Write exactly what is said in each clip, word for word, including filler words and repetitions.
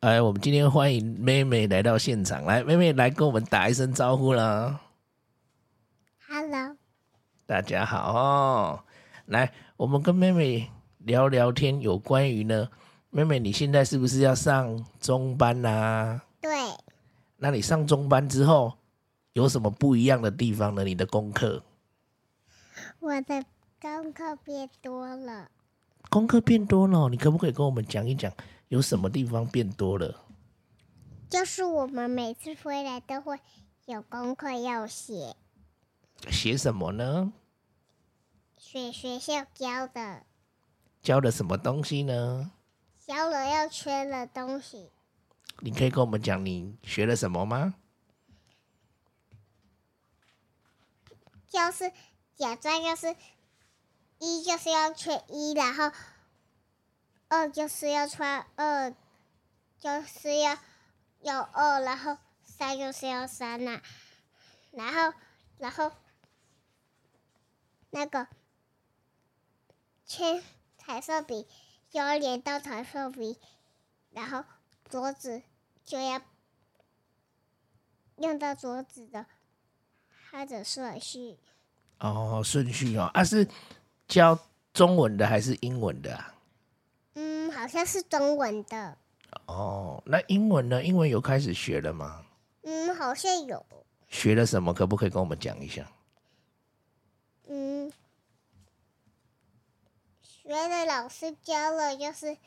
哎，我们今天欢迎妹妹来到现场，来，妹妹来跟我们打一声招呼啦。 Hello， 大家好哦。来，我们跟妹妹聊聊天，有关于呢，妹妹你现在是不是要上中班啊？ 对， 那你上中班之后有什么不一样的地方呢？你的功课？ 我的功课变多了。 功课变多了，你可不可以跟我们讲一讲，有什么地方变多了？ 就是我们每次回来都会有功课要写。 写什么呢？ 学学校教的。 教的什么东西呢？ 教了要缺的东西。 你可以跟我们讲你学了什么吗？ 就是假装就是一就是要缺一，然后二就是要穿二，就是要有二，然后三就是要三呐、啊，然后然后那个铅彩色笔就要连到彩色笔，然后桌子就要用到桌子的它的顺序。 哦，顺序哦，啊是教中文的还是英文的啊？ 嗯，好像是中文的。 哦，那英文呢？英文有开始学了吗？ 嗯，好像有。 学了什么？可不可以跟我们讲一下？ 嗯，学的老师教了，就是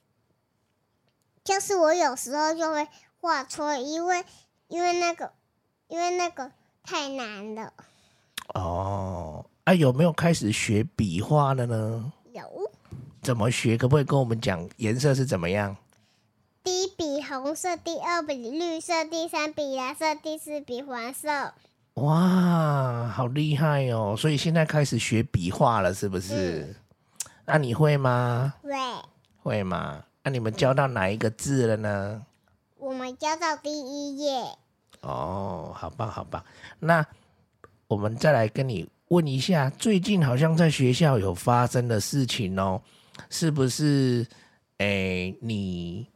就是我有时候就会画错，因为因为那个因为那个太难了。 哦，啊有没有开始学笔画了呢？ 有。 怎么学？可不可以跟我们讲颜色是怎么样？ 第一笔红色，第二笔绿色，第三笔蓝色，第四笔黄色。 哇，好厉害哦！所以现在开始学笔画了，是不是？嗯、那你会吗？ 会。 会吗？那、啊、你们教到哪一个字了呢？ 我们教到第一页。 哦，好棒好棒。那我们再来跟你问一下，最近好像在学校有发生的事情哦，是不是？哎，你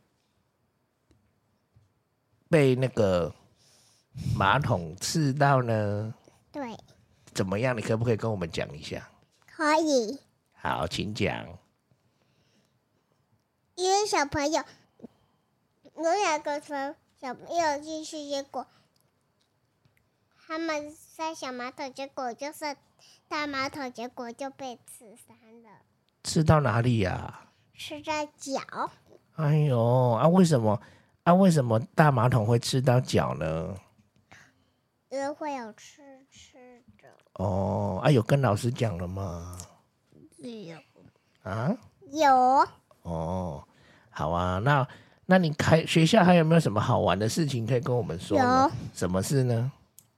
被那个马桶刺到呢？ 对。 怎么样？你可不可以跟我们讲一下？ 可以。 好，请讲。 因为小朋友有两个小小朋友进去，结果他们在小马桶，结果就是大马桶，结果就被刺伤了。 刺到哪里呀、啊？ 刺在脚。 哎呦，啊为什么？啊为什么大马桶会刺到脚呢？ 因为会有刺刺的。 哦，啊有跟老师讲了吗？ 有。 啊？ 有。 哦，好啊，那那你开学校还有没有什么好玩的事情可以跟我们说呢？有。什么事呢？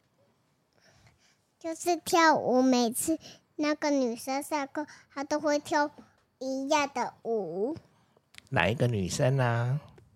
就是跳舞，每次那个女生上课，她都会跳一样的舞。 哪一个女生啊？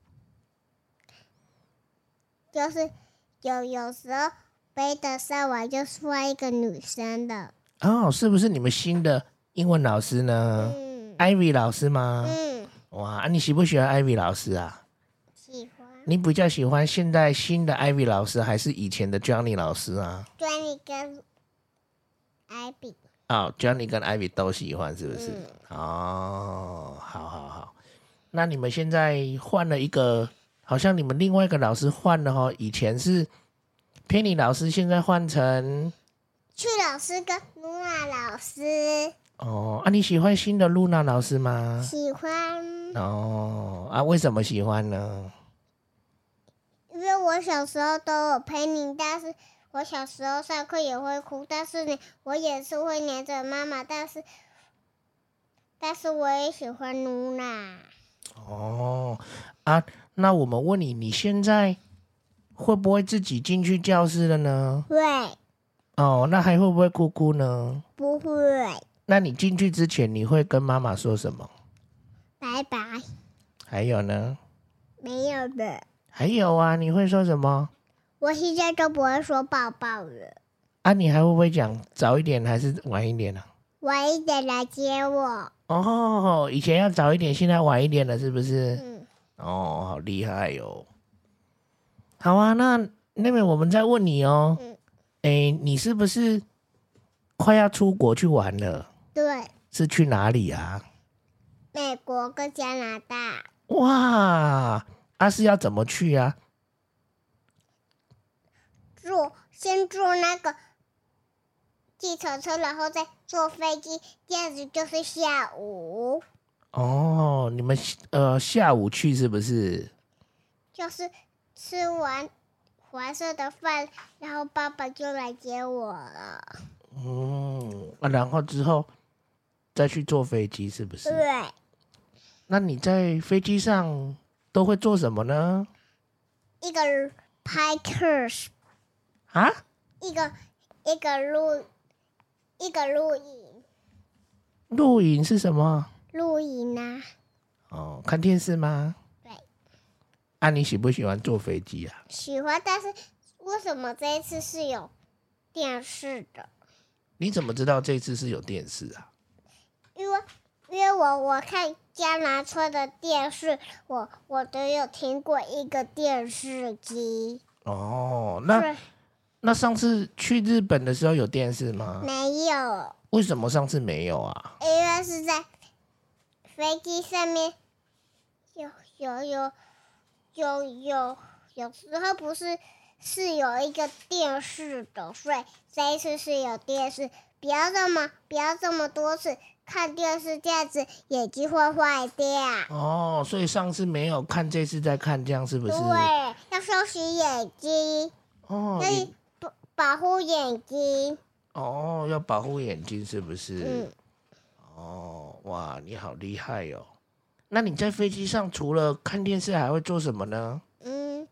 就是有有时候背的上完就是换一个女生的。 哦，是不是你们新的英文老师呢？嗯 ，Ivy 老师吗？嗯。哇，啊、你喜不喜欢 Ivy 老师啊？ 喜欢。 你比较喜欢现在新的 Ivy 老师，还是以前的 Johnny 老师啊 ？Johnny 跟 Ivy。 哦 ，Johnny 跟 Ivy 都喜欢，是不是？嗯、哦，好好好。那你们现在换了一个，好像你们另外一个老师换了哦。以前是 Penny 老师，现在换成去老师跟露娜老师。 哦，啊，你喜欢新的露娜老师吗？ 喜欢。 哦，啊，为什么喜欢呢？ 因为我小时候都有陪你，但是我小时候上课也会哭，但是呢，我也是会黏着妈妈，但是但是我也喜欢露娜。 哦，啊，那我们问你，你现在会不会自己进去教室了呢？ 会。 哦，那还会不会哭哭呢？ 不会。 那你进去之前，你会跟妈妈说什么？ 拜拜。 还有呢？ 没有的。 还有啊，你会说什么？ 我现在都不会说抱抱了。 啊，你还会不会讲早一点还是晚一点呢、啊？ 晚一点来接我。 哦，以前要早一点，现在晚一点了，是不是？ 嗯。 哦，好厉害哟！好啊，那那边我们再问你哦， 嗯， 哎，你是不是快要出国去玩了？ 对， 是去哪里啊？ 美国跟加拿大哇，啊是要怎么去啊？ 坐先坐那个计程车，然后再坐飞机，这样子就是下午， 哦，你们呃下午去是不是？ 就是吃完黄色的饭，然后爸爸就来接我了。 嗯，啊，然后之后再去坐飞机是不是？ 对， 那你在飞机上都会做什么呢？ 一个拍课， 啊？ 一个一个录一个录影， 露营是什么？ 录影啊， 哦，看电视吗？ 对， 啊，你喜不喜欢坐飞机啊？ 喜欢。但是为什么这一次是有电视的？ 你怎么知道这次是有电视啊？ 因为因为我我看加拿大的电视，我我都有听过一个电视机。 哦，那是那上次去日本的时候有电视吗？ 没有， 为什么上次没有啊？ 因为是在飞机上面有有有有有有时候不是是有一个电视的，所以这一次是有电视。不要这么不要这么多次看电视，这样子眼睛会坏掉。 哦，所以上次没有看，这次在看，这样是不是？ 对，要休息眼睛， 哦， 要你保保护眼睛。 哦，要保护眼睛是不是？ 嗯， 哦，哇，你好厉害哦！那你在飞机上除了看电视，还会做什么呢？ 嗯，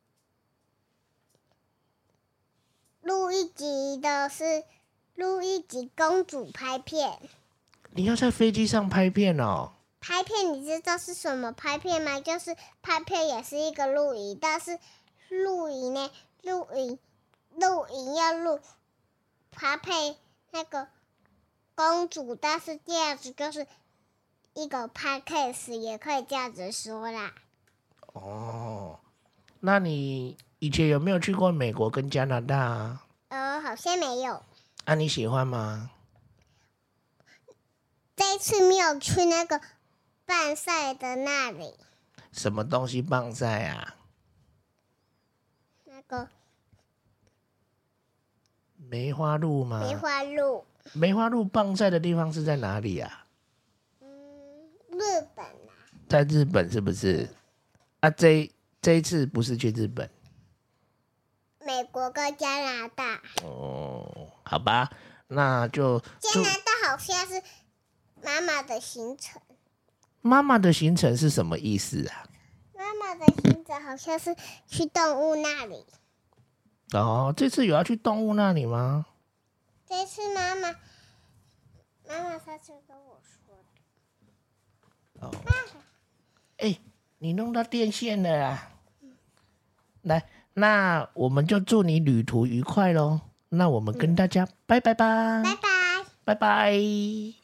录一集的是录一集公主拍片。 你要在飞机上拍片哦。 拍片你知道是什么拍片吗？就是拍片也是一个录影，但是录影呢，录影录影要录拍配那个公主，但是这样子就是一个 podcast， 也可以这样子说啦。 哦，那你以前有没有去过美国跟加拿大啊？ 呃，好像没有， 啊，你喜欢吗？ 这一次没有去那个办赛的那里， 什么东西棒赛啊？ 那个梅花鹿吗？ 梅花鹿。 梅花鹿棒赛的地方是在哪里啊？ 嗯，日本啊， 在日本是不是？啊，这这一次不是去日本美国跟加拿大。 哦，好吧，那就加拿大好像是妈妈的行程， 妈妈的行程是什么意思啊？ 妈妈的行程好像是去动物那里。 哦，这次有要去动物那里吗？ 这次妈妈，妈妈上次跟我说的。 哦，哎、欸，你弄到电线了啊！来，那我们就祝你旅途愉快咯。那我们跟大家拜拜吧， 拜拜。 拜拜。